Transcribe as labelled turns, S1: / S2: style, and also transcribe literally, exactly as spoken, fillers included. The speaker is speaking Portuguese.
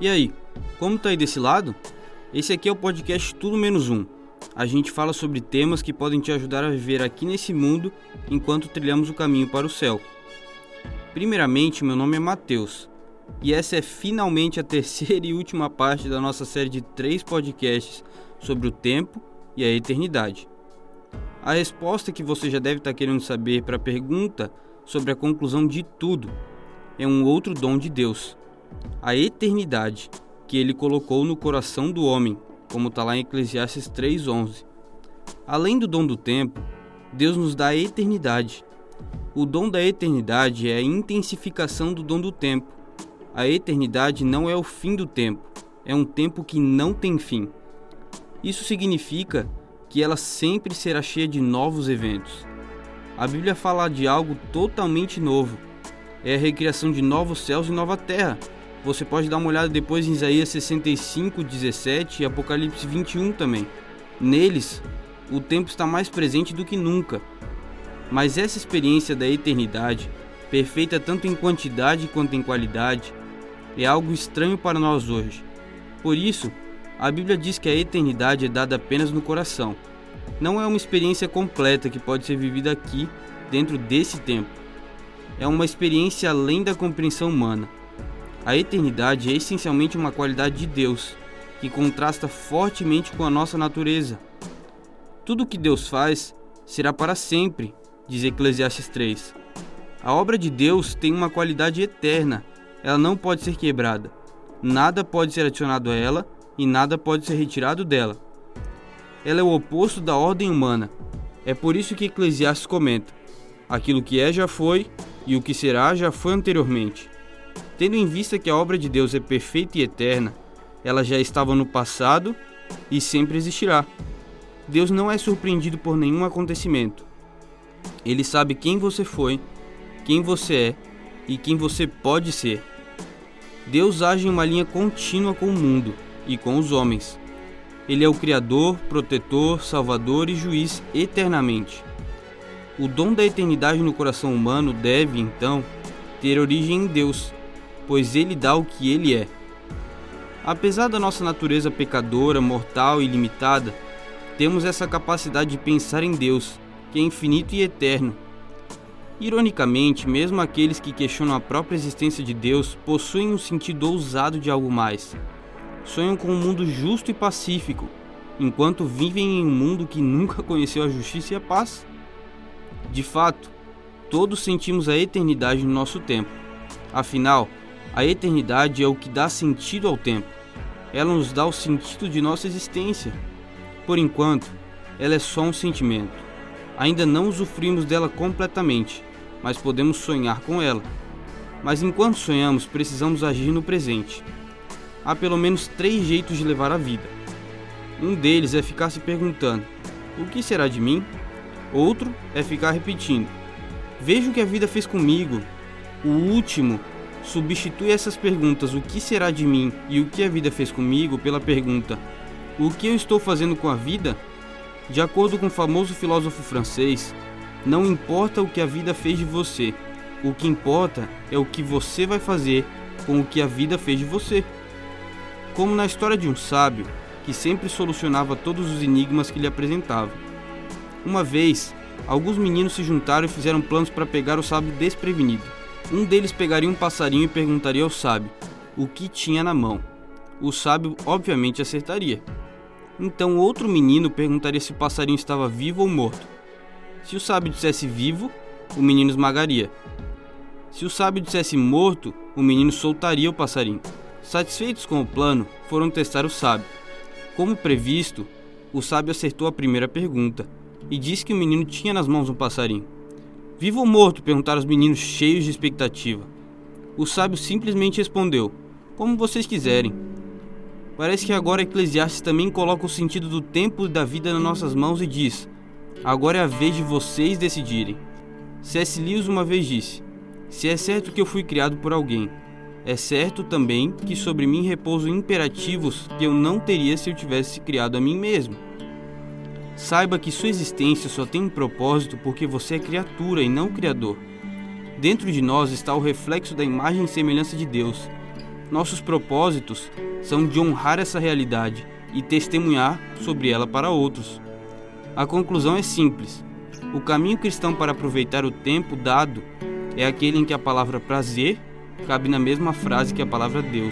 S1: E aí, como tá aí desse lado? Esse aqui é o podcast Tudo Menos Um. A gente fala sobre temas que podem te ajudar a viver aqui nesse mundo enquanto trilhamos o caminho para o céu. Primeiramente, meu nome é Matheus, e essa é finalmente a terceira e última parte da nossa série de três podcasts sobre o tempo e a eternidade. A resposta que você já deve estar querendo saber para a pergunta sobre a conclusão de tudo é um outro dom de Deus, a eternidade, que Ele colocou no coração do homem, como está lá em Eclesiastes três, onze. Além do dom do tempo, Deus nos dá a eternidade. O dom da eternidade é a intensificação do dom do tempo. A eternidade não é o fim do tempo, é um tempo que não tem fim. Isso significa que ela sempre será cheia de novos eventos. A Bíblia fala de algo totalmente novo. É a recriação de novos céus e nova terra. Você pode dar uma olhada depois em Isaías sessenta e cinco, dezessete e Apocalipse vinte e um também. Neles, o tempo está mais presente do que nunca. Mas essa experiência da eternidade, perfeita tanto em quantidade quanto em qualidade, é algo estranho para nós hoje. Por isso, a Bíblia diz que a eternidade é dada apenas no coração. Não é uma experiência completa que pode ser vivida aqui, dentro desse tempo. É uma experiência além da compreensão humana. A eternidade é essencialmente uma qualidade de Deus, que contrasta fortemente com a nossa natureza. Tudo o que Deus faz será para sempre, diz Eclesiastes três. A obra de Deus tem uma qualidade eterna, ela não pode ser quebrada. Nada pode ser adicionado a ela e nada pode ser retirado dela. Ela é o oposto da ordem humana. É por isso que Eclesiastes comenta: aquilo que é já foi, e o que será já foi anteriormente. Tendo em vista que a obra de Deus é perfeita e eterna, ela já estava no passado e sempre existirá. Deus não é surpreendido por nenhum acontecimento. Ele sabe quem você foi, quem você é e quem você pode ser. Deus age em uma linha contínua com o mundo e com os homens. Ele é o Criador, Protetor, Salvador e Juiz eternamente. O dom da eternidade no coração humano deve, então, ter origem em Deus, pois Ele dá o que Ele é. Apesar da nossa natureza pecadora, mortal e limitada, temos essa capacidade de pensar em Deus, que é infinito e eterno. Ironicamente, mesmo aqueles que questionam a própria existência de Deus possuem um sentido ousado de algo mais. Sonham com um mundo justo e pacífico, enquanto vivem em um mundo que nunca conheceu a justiça e a paz. De fato, todos sentimos a eternidade no nosso tempo. Afinal, a eternidade é o que dá sentido ao tempo. Ela nos dá o sentido de nossa existência. Por enquanto, ela é só um sentimento. Ainda não usufruímos dela completamente, mas podemos sonhar com ela. Mas enquanto sonhamos, precisamos agir no presente. Há pelo menos três jeitos de levar a vida. Um deles é ficar se perguntando: o que será de mim? Outro é ficar repetindo: veja o que a vida fez comigo. O último substitui essas perguntas: o que será de mim e o que a vida fez comigo, pela pergunta: o que eu estou fazendo com a vida? De acordo com o famoso filósofo francês, não importa o que a vida fez de você, o que importa é o que você vai fazer com o que a vida fez de você. Como na história de um sábio que sempre solucionava todos os enigmas que lhe apresentavam. Uma vez, alguns meninos se juntaram e fizeram planos para pegar o sábio desprevenido. Um deles pegaria um passarinho e perguntaria ao sábio o que tinha na mão. O sábio obviamente acertaria. Então outro menino perguntaria se o passarinho estava vivo ou morto. Se o sábio dissesse vivo, o menino esmagaria. Se o sábio dissesse morto, o menino soltaria o passarinho. Satisfeitos com o plano, foram testar o sábio. Como previsto, o sábio acertou a primeira pergunta e disse que o menino tinha nas mãos um passarinho. Vivo ou morto? Perguntaram os meninos cheios de expectativa. O sábio simplesmente respondeu: como vocês quiserem. Parece que agora Eclesiastes também coloca o sentido do tempo e da vida nas nossas mãos e diz: agora é a vez de vocês decidirem. C S Lewis uma vez disse: se é certo que eu fui criado por alguém, é certo também que sobre mim repousam imperativos que eu não teria se eu tivesse criado a mim mesmo. Saiba que sua existência só tem um propósito porque você é criatura e não criador. Dentro de nós está o reflexo da imagem e semelhança de Deus. nossos propósitos são de honrar essa realidade e testemunhar sobre ela para outros. A conclusão é simples: o caminho cristão para aproveitar o tempo dado é aquele em que a palavra prazer cabe na mesma frase que a palavra Deus.